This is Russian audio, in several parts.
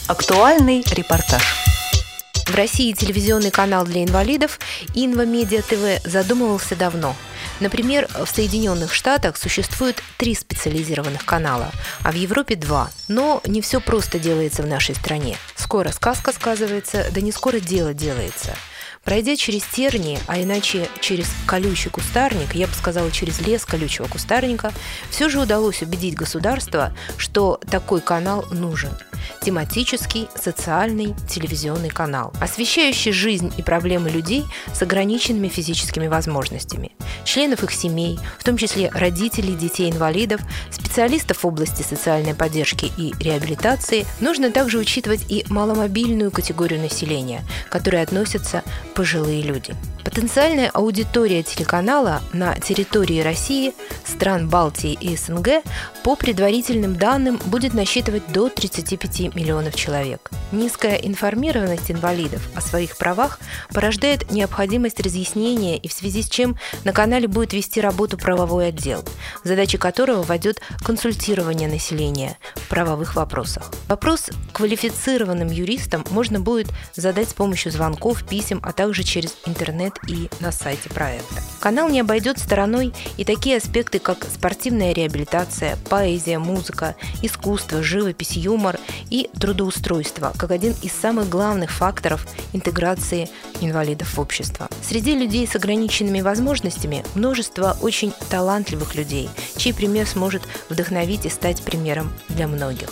Актуальный репортаж. В России телевизионный канал для инвалидов «Инва Медиа ТВ» задумывался давно. Например, в Соединенных Штатах существует 3 специализированных канала, а в Европе 2. Но не все просто делается в нашей стране. Скоро сказка сказывается, да не скоро дело делается. Пройдя через тернии, а иначе через колючий кустарник, я бы сказала, через лес колючего кустарника, все же удалось убедить государство, что такой канал нужен. Тематический, социальный, телевизионный канал, освещающий жизнь и проблемы людей с ограниченными физическими возможностями, членов их семей, в том числе родителей детей-инвалидов, специалистов в области социальной поддержки и реабилитации. Нужно также учитывать и маломобильную категорию населения, к которой относятся пожилые люди. Потенциальная аудитория телеканала на территории России, стран Балтии и СНГ по предварительным данным будет насчитывать до 35 миллионов человек. Низкая информированность инвалидов о своих правах порождает необходимость разъяснения, и в связи с чем на канале будет вести работу правовой отдел, в задачи которого войдет консультирование населения в правовых вопросах. Вопрос квалифицированным юристам можно будет задать с помощью звонков, писем, а также через интернет и на сайте проекта. Канал не обойдет стороной и такие аспекты, как спортивная реабилитация, поэзия, музыка, искусство, живопись, юмор и трудоустройство, как один из самых главных факторов интеграции инвалидов в общество. Среди людей с ограниченными возможностями множество очень талантливых людей, чей пример сможет вдохновить и стать примером для многих.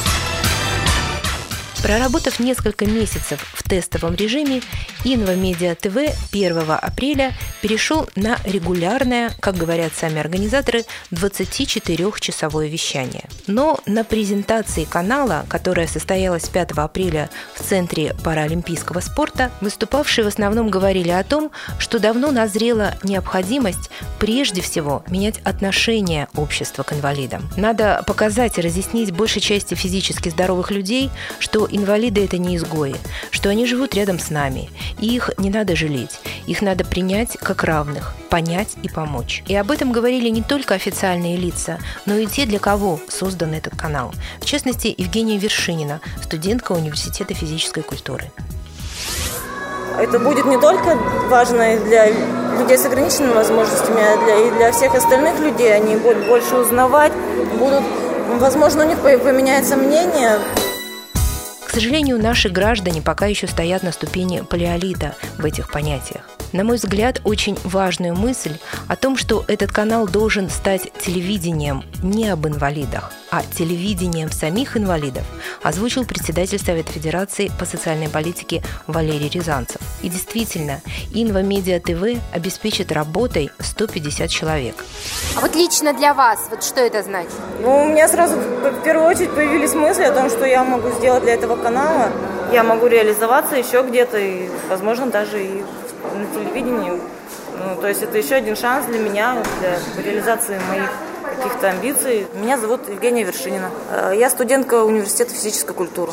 Проработав несколько месяцев в тестовом режиме, Инва Медиа ТВ 1 апреля перешел на регулярное, как говорят сами организаторы, 24-часовое вещание. Но на презентации канала, которая состоялась 5 апреля в Центре паралимпийского спорта, выступавшие в основном говорили о том, что давно назрела необходимость прежде всего менять отношение общества к инвалидам. Надо показать и разъяснить большей части физически здоровых людей, что инвалиды – это не изгои, что они живут рядом с нами, и их не надо жалеть, их надо принять как равных, понять и помочь. И об этом говорили не только официальные лица, но и те, для кого создан этот канал. В частности, Евгения Вершинина, студентка Университета физической культуры. Это будет не только важно для людей с ограниченными возможностями, и для всех остальных людей. Они будут больше узнавать, возможно, у них поменяется мнение. К сожалению, наши граждане пока еще стоят на ступени палеолита в этих понятиях. На мой взгляд, очень важную мысль о том, что этот канал должен стать телевидением не об инвалидах, а телевидением самих инвалидов, озвучил председатель Совета Федерации по социальной политике Валерий Рязанцев. И действительно, Инва Медиа ТВ обеспечит работой 150 человек. А вот лично для вас, вот что это значит? У меня сразу в первую очередь появились мысли о том, что я могу сделать для этого канала. Я могу реализоваться еще где-то, и, возможно, даже и на телевидении. То есть это еще один шанс для меня, для реализации моих каких-то амбиций. Меня зовут Евгения Вершинина. Я студентка Университета физической культуры.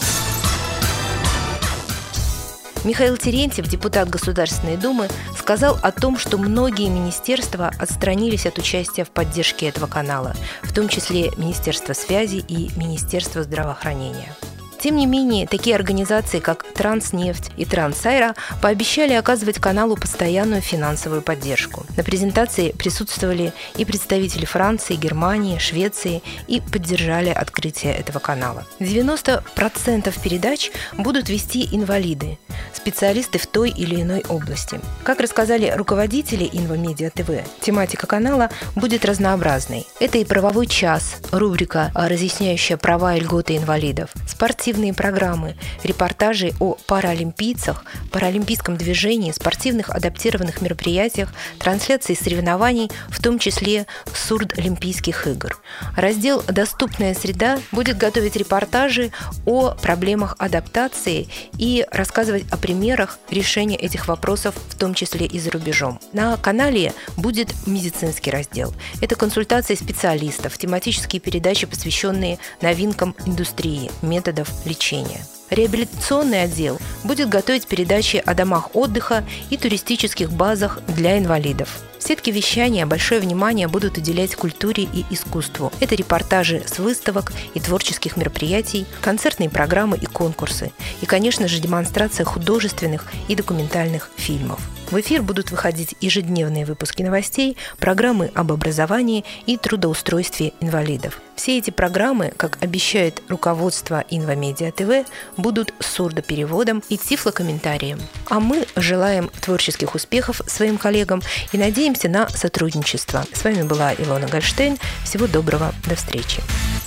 Михаил Терентьев, депутат Государственной Думы, сказал о том, что многие министерства отстранились от участия в поддержке этого канала, в том числе Министерство связи и Министерство здравоохранения. Тем не менее, такие организации, как Транснефть и Трансайра, пообещали оказывать каналу постоянную финансовую поддержку. На презентации присутствовали и представители Франции, Германии, Швеции и поддержали открытие этого канала. 90% передач будут вести инвалиды, специалисты в той или иной области. Как рассказали руководители Инва Медиа ТВ, тематика канала будет разнообразной. Это и правовой час, рубрика, разъясняющая права и льготы инвалидов, спортивные программы, репортажи о паралимпийцах, паралимпийском движении, спортивных адаптированных мероприятиях, трансляции соревнований, в том числе сурдолимпийских игр. Раздел «Доступная среда» будет готовить репортажи о проблемах адаптации и рассказывать о примерах решения этих вопросов, в том числе и за рубежом. На канале будет медицинский раздел. Это консультации специалистов, тематические передачи, посвященные новинкам индустрии, методов лечения. Реабилитационный отдел будет готовить передачи о домах отдыха и туристических базах для инвалидов. В сетке вещания большое внимание будут уделять культуре и искусству. Это репортажи с выставок и творческих мероприятий, концертные программы и конкурсы. И, конечно же, демонстрация художественных и документальных фильмов. В эфир будут выходить ежедневные выпуски новостей, программы об образовании и трудоустройстве инвалидов. Все эти программы, как обещает руководство Инвамедиа ТВ, будут с сурдопереводом и тифлокомментарием. А мы желаем творческих успехов своим коллегам и надеемся на сотрудничество. С вами была Илона Гольштейн. Всего доброго. До встречи.